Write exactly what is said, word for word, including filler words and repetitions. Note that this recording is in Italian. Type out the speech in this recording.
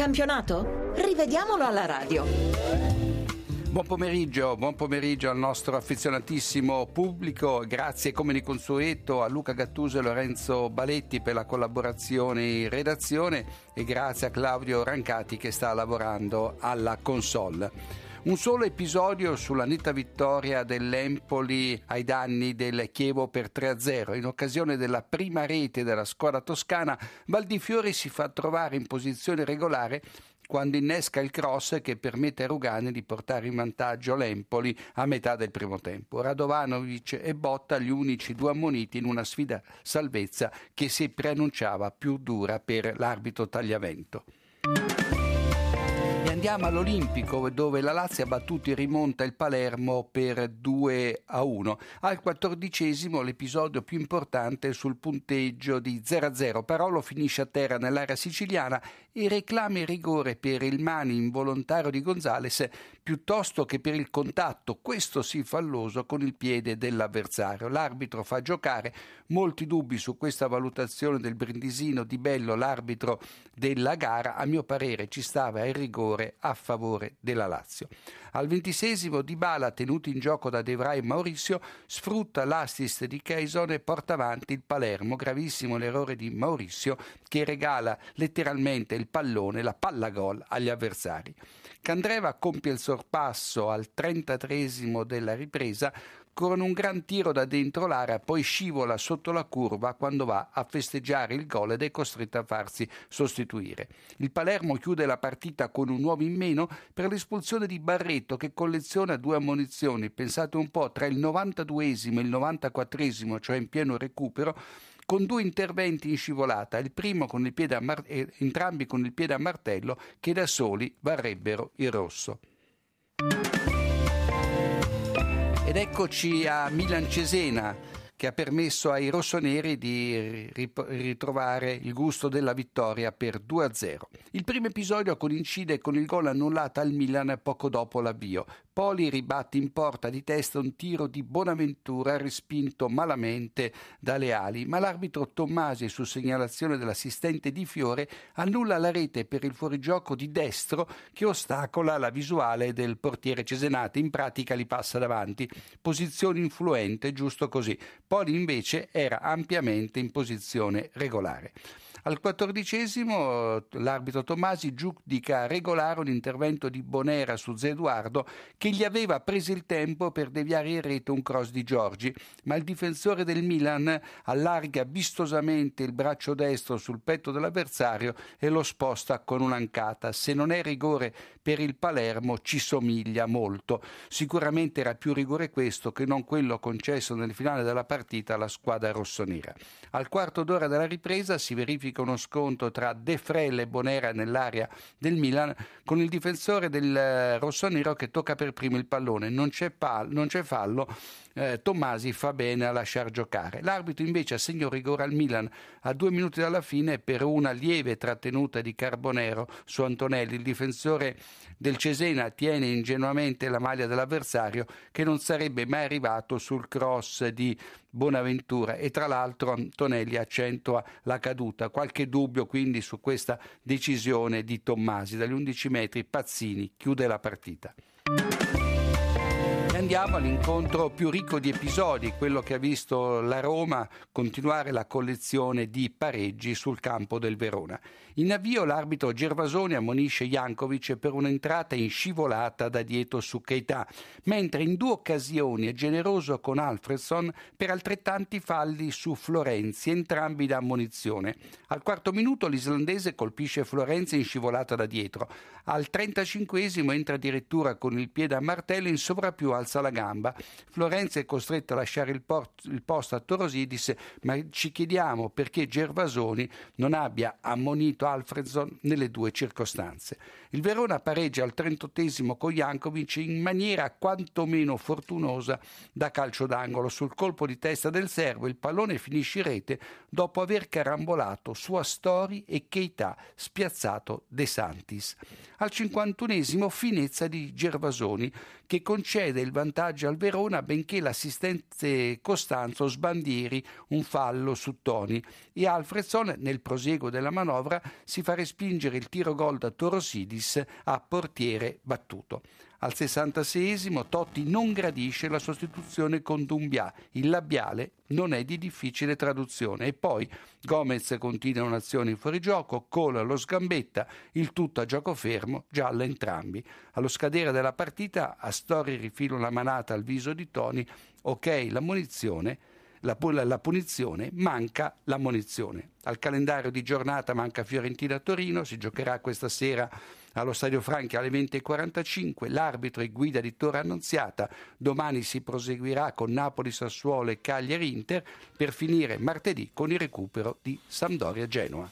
campionato? Rivediamolo alla radio. Buon pomeriggio, buon pomeriggio al nostro affezionatissimo pubblico. Grazie come di consueto a Luca Gattuso e Lorenzo Baletti per la collaborazione in redazione e grazie a Claudio Rancati che sta lavorando alla console. Un solo episodio sulla netta vittoria dell'Empoli ai danni del Chievo per tre a zero. In occasione della prima rete della squadra toscana, Valdifiori si fa trovare in posizione regolare quando innesca il cross che permette a Rugani di portare in vantaggio l'Empoli a metà del primo tempo. Radovanovic e Botta gli unici due ammoniti in una sfida salvezza che si preannunciava più dura per l'arbitro Tagliavento. Andiamo all'Olimpico dove la Lazio ha battuto in rimonta il Palermo per due a uno. Al quattordicesimo l'episodio più importante sul punteggio di zero a zero. Parolo finisce a terra nell'area siciliana e reclama il rigore per il mani involontario di Gonzales piuttosto che per il contatto, questo sì falloso, con il piede dell'avversario. L'arbitro fa giocare, molti dubbi su questa valutazione del brindisino Di Bello, l'arbitro della gara. A mio parere ci stava il rigore a favore della Lazio. Al ventiseiesimo Dybala, tenuto in gioco da De Vrij e Maurizio, sfrutta l'assist di Quaison e porta avanti il Palermo. Gravissimo l'errore di Maurizio che regala letteralmente il pallone, la palla gol agli avversari. Candreva compie il sorpasso al trentatreesimo della ripresa con un gran tiro da dentro l'area, poi scivola sotto la curva quando va a festeggiare il gol ed è costretto a farsi sostituire. Il Palermo chiude la partita con un uomo in meno per l'espulsione di Barreto che colleziona due ammonizioni, pensate un po', tra il novantaduesimo e il novantaquattresimo, cioè in pieno recupero, con due interventi in scivolata, il primo con il piede a mar- eh, entrambi con il piede a martello che da soli varrebbero il rosso. Ed eccoci a Milan-Cesena, che ha permesso ai rossoneri di ritrovare il gusto della vittoria per due a zero. Il primo episodio coincide con il gol annullato al Milan poco dopo l'avvio. Poli ribatte in porta di testa un tiro di Bonaventura respinto malamente dalle ali, ma l'arbitro Tommasi, su segnalazione dell'assistente Di Fiore, annulla la rete per il fuorigioco di destro che ostacola la visuale del portiere cesenate, in pratica li passa davanti. Posizione influente, giusto così. Poli invece era ampiamente in posizione regolare. Al quattordicesimo l'arbitro Tommasi giudica regolare un intervento di Bonera su Zé Eduardo che gli aveva preso il tempo per deviare in rete un cross di Giorgi, ma il difensore del Milan allarga vistosamente il braccio destro sul petto dell'avversario e lo sposta con un'ancata. Se non è rigore per il Palermo ci somiglia molto. Sicuramente era più rigore questo che non quello concesso nel finale della partita alla squadra rossonera. Al quarto d'ora della ripresa si verifica uno scontro tra De Frel e Bonera nell'area del Milan con il difensore del rossonero che tocca per primo il pallone. Non c'è, pal- non c'è fallo, eh, Tommasi fa bene a lasciar giocare. L'arbitro invece assegna un rigore al Milan a due minuti dalla fine per una lieve trattenuta di Carbonero su Antonelli. Il difensore del Cesena tiene ingenuamente la maglia dell'avversario che non sarebbe mai arrivato sul cross di Bonaventura e tra l'altro Antonelli accentua la caduta. Qualche dubbio quindi su questa decisione di Tommasi. Dagli undici metri Pazzini chiude la partita. E andiamo all'incontro più ricco di episodi, quello che ha visto la Roma continuare la collezione di pareggi sul campo del Verona. In avvio l'arbitro Gervasoni ammonisce Jankovic per un'entrata in scivolata da dietro su Keita, mentre in due occasioni è generoso con Alfredson per altrettanti falli su Florenzi, entrambi da ammonizione. Al quarto minuto l'islandese colpisce Florenzi in scivolata da dietro. Al trentacinquesimo entra addirittura con il piede a martello, in sovrappiù alza la gamba. Florenzi è costretto a lasciare il, port- il posto a Torosidis, ma ci chiediamo perché Gervasoni non abbia ammonito Alfredson nelle due circostanze. Il Verona pareggia al trentottesimo con Jankovic in maniera quantomeno fortunosa da calcio d'angolo. Sul colpo di testa del serbo il pallone finisce in rete dopo aver carambolato su Astori e Keita, spiazzato De Santis. Al cinquantunesimo finezza di Gervasoni che concede il vantaggio al Verona, benché l'assistente Costanzo sbandieri un fallo su Toni e Alfredson nel prosieguo della manovra si fa respingere il tiro gol da Torosidis a portiere battuto. Al sessantaseiesimo Totti non gradisce la sostituzione con Doumbia, il labiale non è di difficile traduzione, e poi Gomez continua un'azione in fuorigioco, Cola lo sgambetta, il tutto a gioco fermo, gialla entrambi. Allo scadere della partita Astori rifila una manata al viso di Toni, ok la munizione, la, la punizione, manca la munizione. Al calendario di giornata manca Fiorentina-Torino, si giocherà questa sera allo Stadio Franchi alle venti e quarantacinque, l'arbitro è guida di Torre Annunziata, domani si proseguirà con Napoli-Sassuolo e Cagliari-Inter per finire martedì con il recupero di Sampdoria-Genoa.